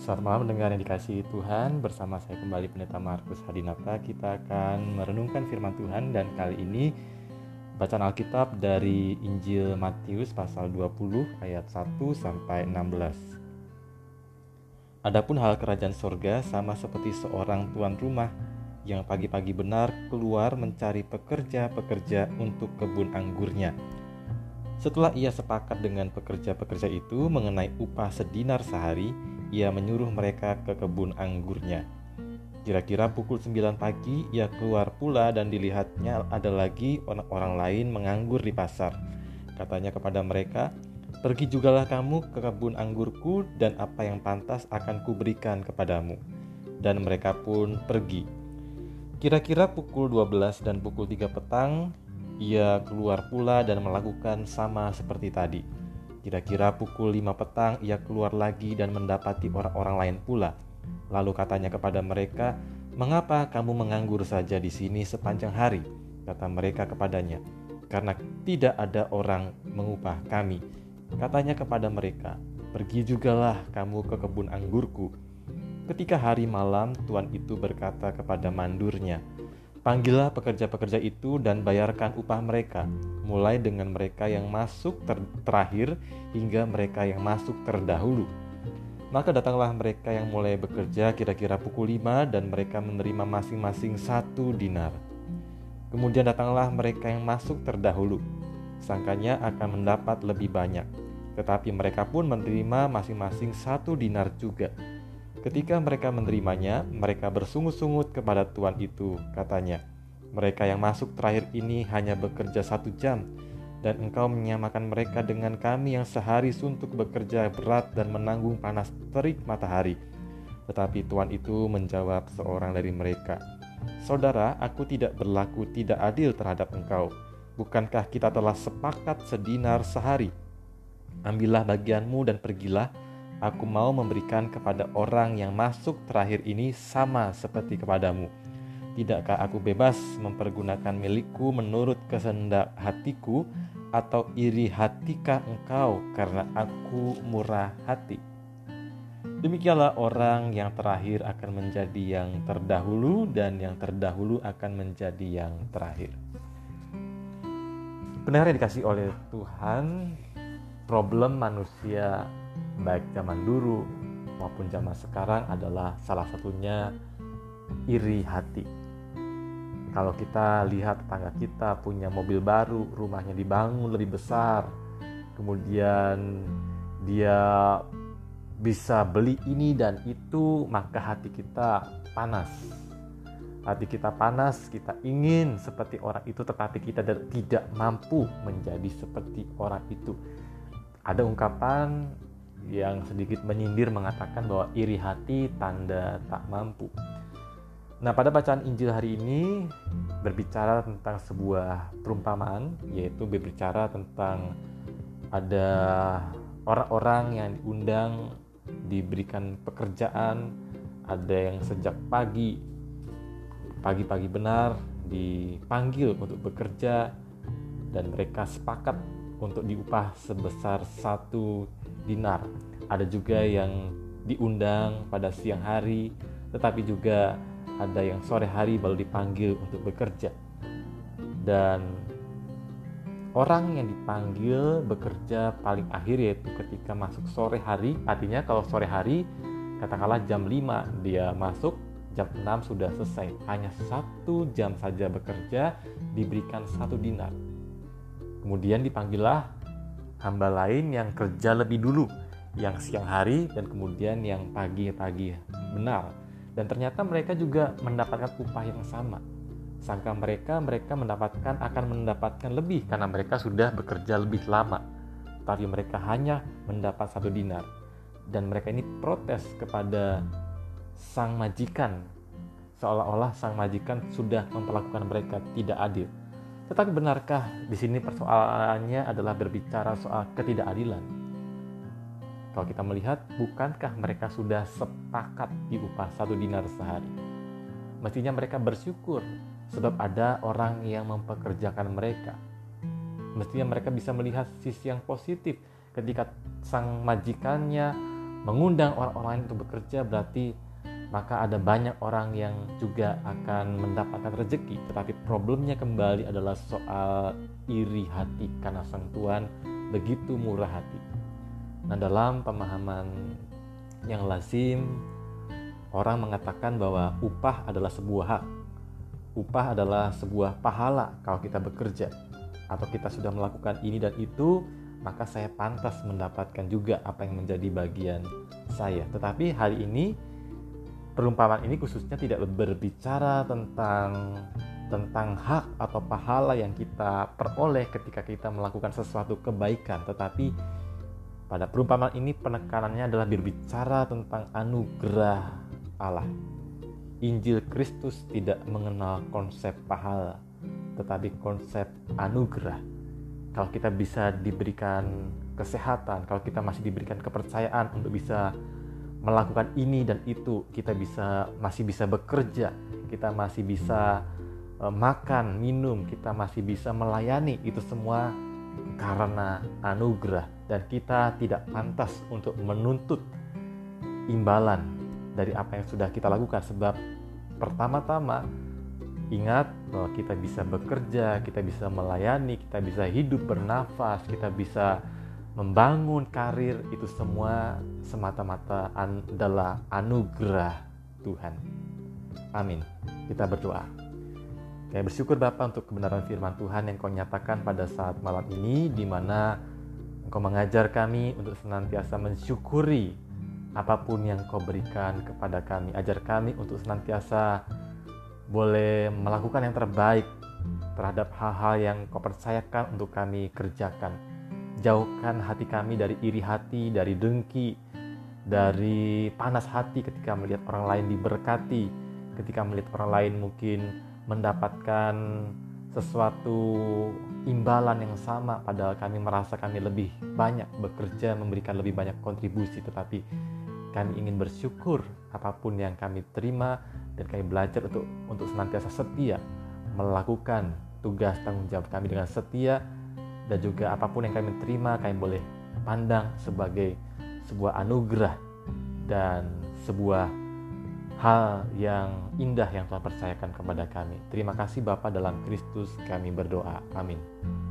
Selamat malam pendengar yang dikasihi Tuhan. Bersama saya kembali Pendeta Markus Hadinata. Kita akan merenungkan firman Tuhan. Dan kali ini bacaan Alkitab dari Injil Matius pasal 20 ayat 1 sampai 16. Adapun hal kerajaan sorga sama seperti seorang tuan rumah yang pagi-pagi benar keluar mencari pekerja-pekerja untuk kebun anggurnya. Setelah ia sepakat dengan pekerja-pekerja itu mengenai upah sedinar sehari, ia menyuruh mereka ke kebun anggurnya. Kira-kira pukul 9 pagi ia keluar pula dan dilihatnya ada lagi orang lain menganggur di pasar. Katanya kepada mereka, "Pergi jugalah kamu ke kebun anggurku dan apa yang pantas akan kuberikan kepadamu." Dan mereka pun pergi. Kira-kira pukul 12 dan pukul 3 petang ia keluar pula dan melakukan sama seperti tadi. Kira-kira pukul 5 petang ia keluar lagi dan mendapati orang-orang lain pula. Lalu katanya kepada mereka, "Mengapa kamu menganggur saja di sini sepanjang hari?" Kata mereka kepadanya, "Karena tidak ada orang mengupah kami." Katanya kepada mereka, "Pergi jugalah kamu ke kebun anggurku." Ketika hari malam, tuan itu berkata kepada mandurnya, "Panggillah pekerja-pekerja itu dan bayarkan upah mereka, mulai dengan mereka yang masuk terakhir hingga mereka yang masuk terdahulu." Maka datanglah mereka yang mulai bekerja kira-kira pukul 5 dan mereka menerima masing-masing 1 dinar. Kemudian datanglah mereka yang masuk terdahulu. Sangkanya akan mendapat lebih banyak, tetapi mereka pun menerima masing-masing 1 dinar juga. Ketika mereka menerimanya, mereka bersungut-sungut kepada tuan itu. Katanya, "Mereka yang masuk terakhir ini hanya bekerja 1 jam, dan engkau menyamakan mereka dengan kami yang sehari suntuk bekerja berat dan menanggung panas terik matahari." Tetapi tuan itu menjawab seorang dari mereka, "Saudara, aku tidak berlaku tidak adil terhadap engkau. Bukankah kita telah sepakat sedinar sehari? Ambillah bagianmu dan pergilah. Aku mau memberikan kepada orang yang masuk terakhir ini sama seperti kepadamu. Tidakkah aku bebas mempergunakan milikku menurut kehendak hatiku, atau iri hatikah engkau karena aku murah hati?" Demikianlah orang yang terakhir akan menjadi yang terdahulu, dan yang terdahulu akan menjadi yang terakhir. Pendengar yang dikasihi oleh Tuhan, problem manusia baik zaman dulu maupun zaman sekarang adalah salah satunya iri hati. Kalau kita lihat tetangga kita punya mobil baru, rumahnya dibangun lebih besar, kemudian dia bisa beli ini dan itu, maka hati kita panas. Hati kita panas, kita ingin seperti orang itu, tetapi kita tidak mampu menjadi seperti orang itu. Ada ungkapan yang sedikit menyindir mengatakan bahwa iri hati tanda tak mampu. Nah, pada bacaan Injil hari ini berbicara tentang sebuah perumpamaan, yaitu berbicara tentang ada orang-orang yang diundang, diberikan pekerjaan, ada yang sejak pagi benar dipanggil untuk bekerja, dan mereka sepakat untuk diupah sebesar 1 dinar. Ada juga yang diundang pada siang hari, tetapi juga ada yang sore hari baru dipanggil untuk bekerja. Dan orang yang dipanggil bekerja paling akhir yaitu ketika masuk sore hari. Artinya kalau sore hari, katakanlah jam 5 dia masuk, jam 6 sudah selesai. Hanya 1 jam saja bekerja, diberikan 1 dinar. Kemudian dipanggillah hamba lain yang kerja lebih dulu, yang siang hari, dan kemudian yang pagi-pagi benar. Dan ternyata mereka juga mendapatkan upah yang sama. Sangka mereka akan mendapatkan lebih karena mereka sudah bekerja lebih lama. Tapi mereka hanya mendapat 1 dinar. Dan mereka ini protes kepada sang majikan, seolah-olah sang majikan sudah memperlakukan mereka tidak adil. Tetapi benarkah di sini persoalannya adalah berbicara soal ketidakadilan? Kalau kita melihat, bukankah mereka sudah sepakat diupah 1 dinar sehari? Mestinya mereka bersyukur sebab ada orang yang mempekerjakan mereka. Mestinya mereka bisa melihat sisi yang positif ketika sang majikannya mengundang orang-orang lain untuk bekerja, berarti maka ada banyak orang yang juga akan mendapatkan rezeki. Tetapi problemnya kembali adalah soal iri hati, karena Sang Tuhan begitu murah hati. Nah, dalam pemahaman yang lazim, orang mengatakan bahwa upah adalah sebuah hak. Upah adalah sebuah pahala kalau kita bekerja, atau kita sudah melakukan ini dan itu, maka saya pantas mendapatkan juga apa yang menjadi bagian saya. Tetapi hari ini, perumpamaan ini khususnya tidak berbicara tentang hak atau pahala yang kita peroleh ketika kita melakukan sesuatu kebaikan. Tetapi pada perumpamaan ini penekanannya adalah berbicara tentang anugerah Allah. Injil Kristus tidak mengenal konsep pahala, tetapi konsep anugerah. Kalau kita bisa diberikan kesehatan, kalau kita masih diberikan kepercayaan untuk bisa melakukan ini dan itu, kita masih bisa bekerja, kita masih bisa makan, minum, kita masih bisa melayani, itu semua karena anugerah. Dan kita tidak pantas untuk menuntut imbalan dari apa yang sudah kita lakukan. Sebab pertama-tama ingat bahwa kita bisa bekerja, kita bisa melayani, kita bisa hidup bernafas, kita bisa membangun karir, itu semua semata-mata adalah anugerah Tuhan. Amin. Kita berdoa. Kami bersyukur Bapa untuk kebenaran firman Tuhan yang Kau nyatakan pada saat malam ini, di mana Engkau mengajar kami untuk senantiasa mensyukuri apapun yang Kau berikan kepada kami. Ajar kami untuk senantiasa boleh melakukan yang terbaik terhadap hal-hal yang Kau percayakan untuk kami kerjakan. Jauhkan hati kami dari iri hati, dari dengki, dari panas hati ketika melihat orang lain diberkati, ketika melihat orang lain mungkin mendapatkan sesuatu imbalan yang sama, padahal kami merasa kami lebih banyak bekerja, memberikan lebih banyak kontribusi. Tetapi kami ingin bersyukur apapun yang kami terima, dan kami belajar untuk senantiasa setia melakukan tugas tanggung jawab kami dengan setia. Dan juga apapun yang kami terima, kami boleh pandang sebagai sebuah anugerah dan sebuah hal yang indah yang Tuhan percayakan kepada kami. Terima kasih Bapa, dalam Kristus kami berdoa. Amin.